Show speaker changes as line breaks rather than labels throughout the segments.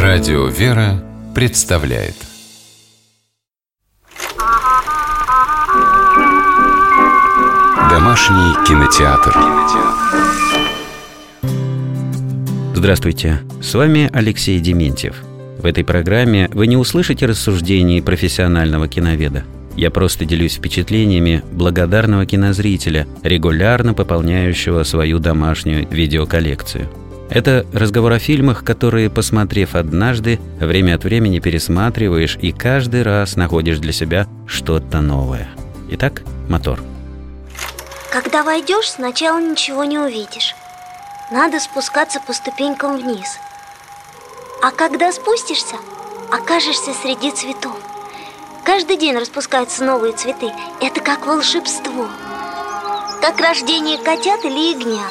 Радио «Вера» представляет Домашний кинотеатр.
Здравствуйте, с вами Алексей Дементьев. В этой программе вы не услышите рассуждений профессионального киноведа. Я просто делюсь впечатлениями благодарного кинозрителя, регулярно пополняющего свою домашнюю видеоколлекцию. Это разговор о фильмах, которые, посмотрев однажды, время от времени пересматриваешь и каждый раз находишь для себя что-то новое. Итак, мотор.
Когда войдешь, сначала ничего не увидишь. Надо спускаться по ступенькам вниз. А когда спустишься, окажешься среди цветов. Каждый день распускаются новые цветы. Это как волшебство. Как рождение котят или ягнят.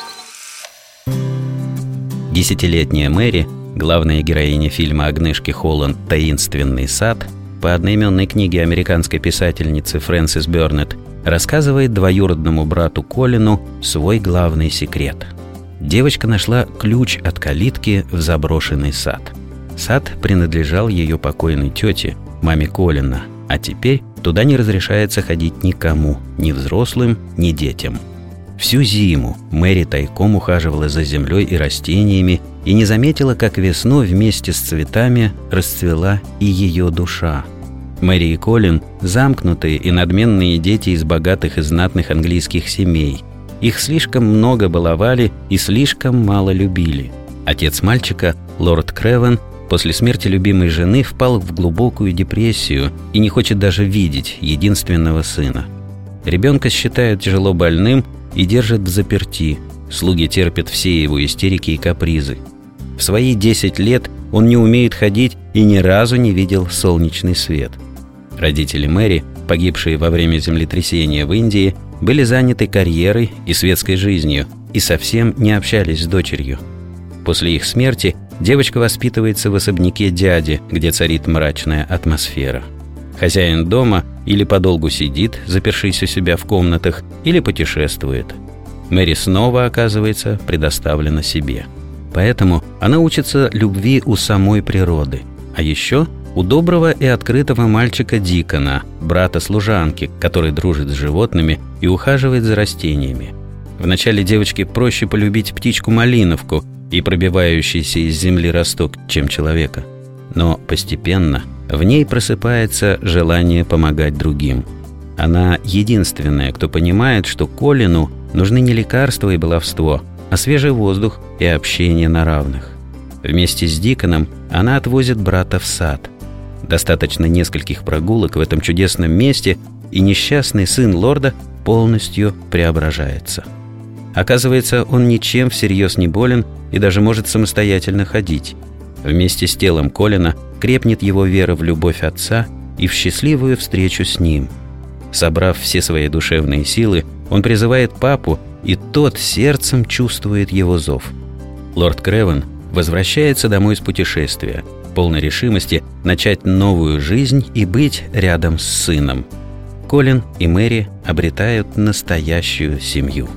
Десятилетняя Мэри, главная героиня фильма Агнешки Холланд «Таинственный сад», по одноименной книге американской писательницы Фрэнсис Бёрнетт, рассказывает двоюродному брату Колину свой главный секрет. Девочка нашла ключ от калитки в заброшенный сад. Сад принадлежал ее покойной тете, маме Колина, а теперь туда не разрешается ходить никому, ни взрослым, ни детям. Всю зиму Мэри тайком ухаживала за землей и растениями и не заметила, как весной вместе с цветами расцвела и ее душа. Мэри и Колин – замкнутые и надменные дети из богатых и знатных английских семей. Их слишком много баловали и слишком мало любили. Отец мальчика, лорд Кревен, после смерти любимой жены впал в глубокую депрессию и не хочет даже видеть единственного сына. Ребенка считают тяжело больным и держат взаперти. Слуги терпят все его истерики и капризы. В свои 10 лет он не умеет ходить и ни разу не видел солнечный свет. Родители Мэри, погибшие во время землетрясения в Индии, были заняты карьерой и светской жизнью и совсем не общались с дочерью. После их смерти девочка воспитывается в особняке дяди, где царит мрачная атмосфера. Хозяин дома или подолгу сидит, запершись у себя в комнатах, или путешествует. Мэри снова оказывается предоставлена себе. Поэтому она учится любви у самой природы. А еще у доброго и открытого мальчика Дикона, брата служанки, который дружит с животными и ухаживает за растениями. Вначале девочке проще полюбить птичку-малиновку и пробивающийся из земли росток, чем человека. Но постепенно в ней просыпается желание помогать другим. Она единственная, кто понимает, что Колину нужны не лекарства и баловство, а свежий воздух и общение на равных. Вместе с Диконом она отвозит брата в сад. Достаточно нескольких прогулок в этом чудесном месте, и несчастный сын лорда полностью преображается. Оказывается, он ничем всерьез не болен и даже может самостоятельно ходить. Вместе с телом Колина крепнет его вера в любовь отца и в счастливую встречу с ним. Собрав все свои душевные силы, он призывает папу, и тот сердцем чувствует его зов. Лорд Кревен возвращается домой с путешествия, полной решимости начать новую жизнь и быть рядом с сыном. Колин и Мэри обретают настоящую семью.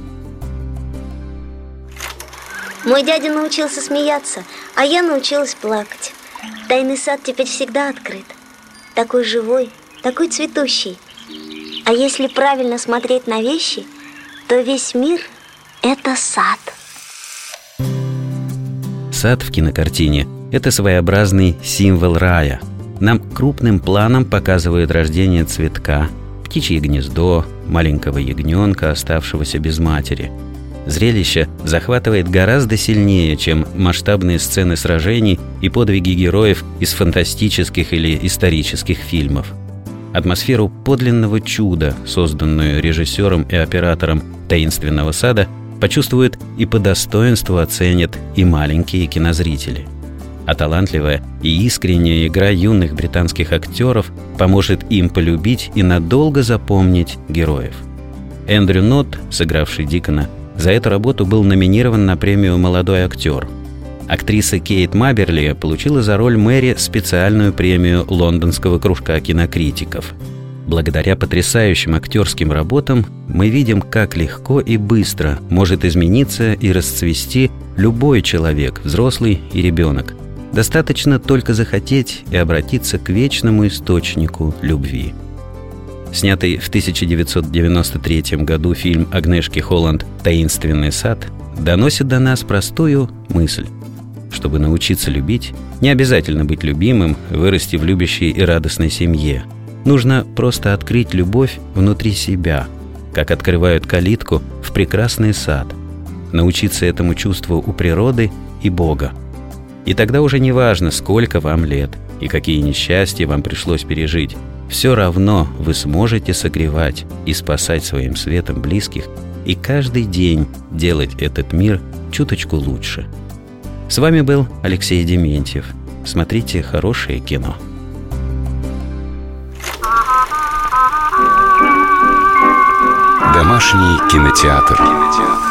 Мой дядя научился смеяться, а я научилась плакать. Тайный сад теперь всегда открыт. Такой живой, такой цветущий. А если правильно смотреть на вещи, то весь мир – это сад.
Сад в кинокартине – это своеобразный символ рая. Нам крупным планом показывают рождение цветка, птичье гнездо, маленького ягненка, оставшегося без матери. Зрелище захватывает гораздо сильнее, чем масштабные сцены сражений и подвиги героев из фантастических или исторических фильмов. Атмосферу подлинного чуда, созданную режиссером и оператором «Таинственного сада», почувствуют и по достоинству оценят и маленькие кинозрители. А талантливая и искренняя игра юных британских актеров поможет им полюбить и надолго запомнить героев. Эндрю Нотт, сыгравший Дикона, за эту работу был номинирован на премию «Молодой актер». Актриса Кейт Маберли получила за роль Мэри специальную премию Лондонского кружка кинокритиков. Благодаря потрясающим актерским работам мы видим, как легко и быстро может измениться и расцвести любой человек, взрослый и ребенок. Достаточно только захотеть и обратиться к вечному источнику любви. Снятый в 1993 году фильм Агнешки Холланд «Таинственный сад» доносит до нас простую мысль. Чтобы научиться любить, не обязательно быть любимым, вырасти в любящей и радостной семье. Нужно просто открыть любовь внутри себя, как открывают калитку в прекрасный сад. Научиться этому чувству у природы и Бога. И тогда уже не важно, сколько вам лет и какие несчастья вам пришлось пережить. Все равно вы сможете согревать и спасать своим светом близких и каждый день делать этот мир чуточку лучше. С вами был Алексей Дементьев. Смотрите хорошее кино.
Домашний кинотеатр.